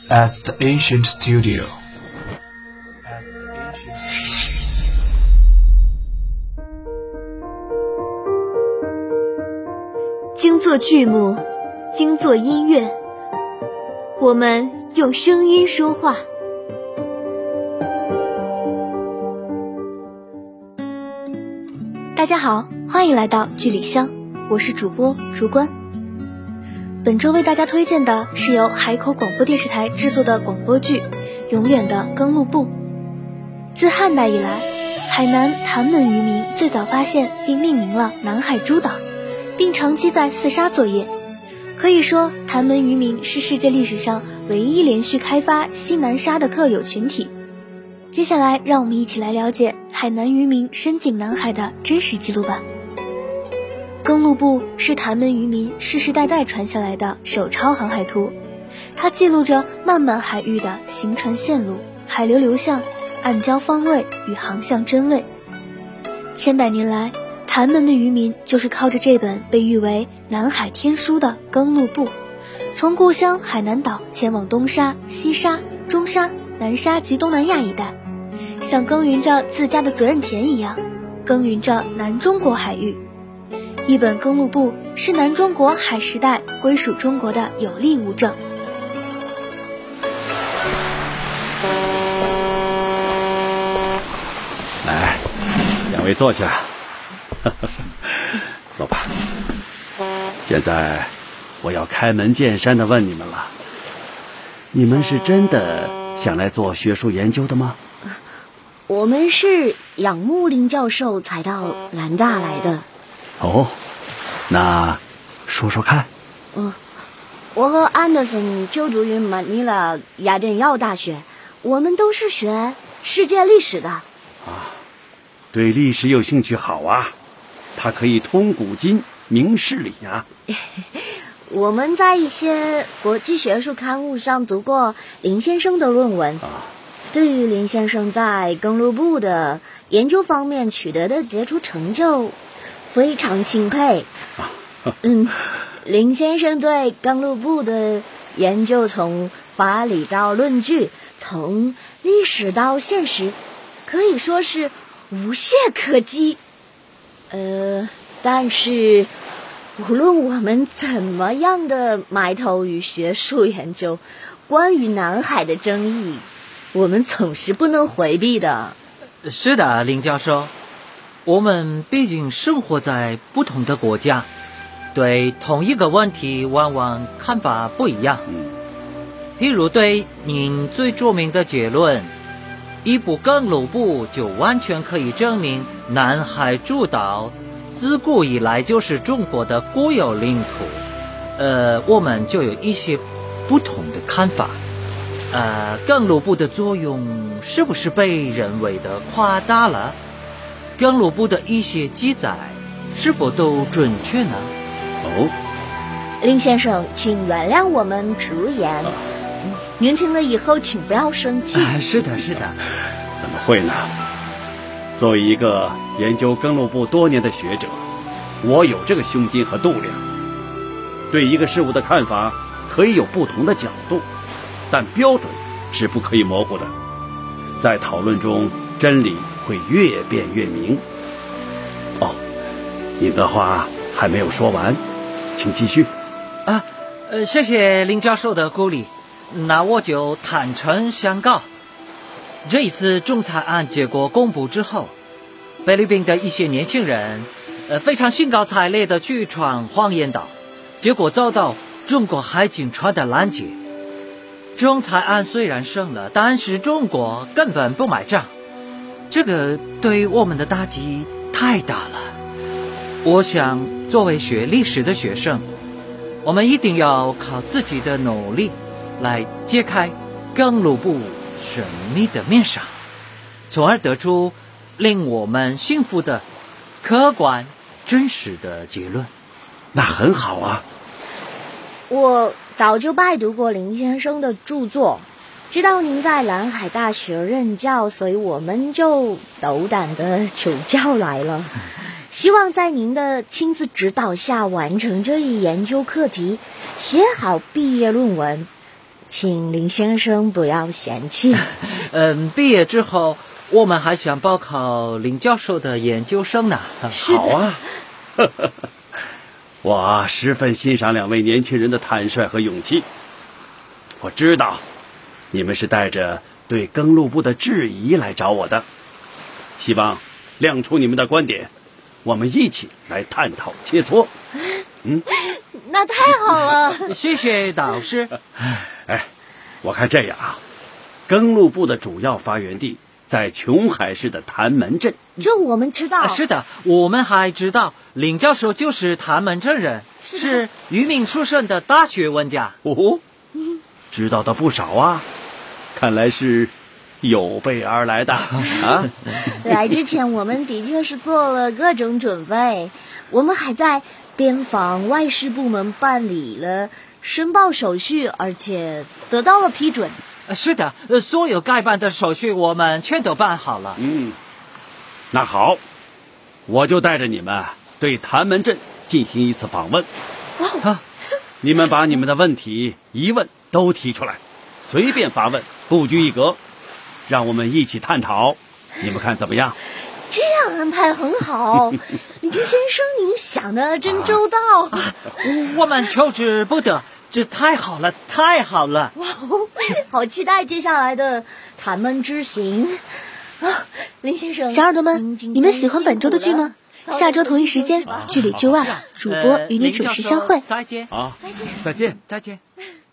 At the ancient studio. 精作剧目，精作音乐，我们用声音说话。大家好，欢迎来到剧里香，我是主播竹关。本周为大家推荐的是由海口广播电视台制作的广播剧《永远的耕路部》。自汉代以来，海南潭门渔民最早发现并命名了南海诸岛，并长期在四沙作业。可以说，潭门渔民是世界历史上唯一连续开发西南沙的特有群体。接下来让我们一起来了解海南渔民深井南海的真实记录吧。耕路部是潭门渔民世世代代传下来的手抄航海图，它记录着漫漫海域的行船线路、海流流向、暗礁方位与航向真伪。千百年来，潭门的渔民就是靠着这本被誉为南海天书的耕路部，从故乡海南岛前往东沙、西沙、中沙、南沙及东南亚一带，像耕耘着自家的责任田一样，耕耘着南中国海域。一本耕路部是南中国海时代归属中国的有力物证。 来，两位坐下。走吧。现在我要开门见山地问你们了，你们是真的想来做学术研究的吗？ 我们是仰慕林教授才到南大来的。 哦，那说说看。 我和安德森就读于马尼拉亚珍耀大学，我们都是学世界历史的。 对历史有兴趣好啊，它可以通古今明事理啊。 我们在一些国际学术刊物上读过林先生的论文，对于林先生在耕路部的研究方面取得的杰出成就非常钦佩。林先生对耕路部的研究从法理到论据，从历史到现实，可以说是无懈可击。但是无论我们怎么样的埋头于学术研究，关于南海的争议，我们总是不能回避的。 是的，林教授，我们毕竟生活在不同的国家，对同一个问题往往看法不一样。譬如对您最著名的结论，一部耕路部就完全可以证明南海诸岛自古以来就是中国的固有领土，我们就有一些不同的看法。耕路部的作用是不是被人为的夸大了？耕路部的一些记载是否都准确呢？ 林先生，请原谅我们直言，您听了以后请不要生气。 是的。 怎么会呢？作为一个研究耕路部多年的学者，我有这个胸襟和度量。对一个事物的看法可以有不同的角度，但标准是不可以模糊的。在讨论中，真理会越辩越明。您的话还没有说完，请继续。 谢谢林教授的鼓励，那我就坦诚相告。这一次仲裁案结果公布之后，菲律宾的一些年轻人非常兴高采烈地去闯黄岩岛，结果遭到中国海警船的拦截。仲裁案虽然胜了，但是中国根本不买账，这个对我们的打击太大了。我想作为学历史的学生，我们一定要靠自己的努力来揭开耕路部神秘的面纱，从而得出令我们信服的客观真实的结论。 那很好啊。 我早就拜读过林先生的著作，知道您在南海大学任教，所以我们就斗胆的求教来了。希望在您的亲自指导下完成这一研究课题，写好毕业论文。 请林先生不要嫌弃。 毕业之后，我们还想报考林教授的研究生呢。 好啊，我十分欣赏2位年轻人的坦率和勇气。我知道，你们是带着对耕路部的质疑来找我的，希望亮出你们的观点，我们一起来探讨切磋。 那太好了。 谢谢导师。 哎，我看这样啊，耕路部的主要发源地在琼海市的谭门镇。 这我们知道。 是的，我们还知道林教授就是谭门镇人，是渔民出身的大学问家。 哦，知道的不少啊，看来是有备而来的啊。 来之前我们的确是做了各种准备，我们还在边防外事部门办理了申报手续，而且得到了批准。 是的，所有该办的手续我们全都办好了。 那好，我就带着你们对谭门镇进行一次访问。你们把你们的问题、疑问都提出来，随便发问，不拘一格，让我们一起探讨。你们看怎么样？ 这样安排很好。林先生，您想的真周到。 我们求之不得，这太好了，太好了！ 哇，好期待接下来的谭门之行啊！林先生， 小耳朵们，你们喜欢本周的剧吗？下周同一时间，剧里剧外，主播与你准时相会。 再见啊，再见， 再见。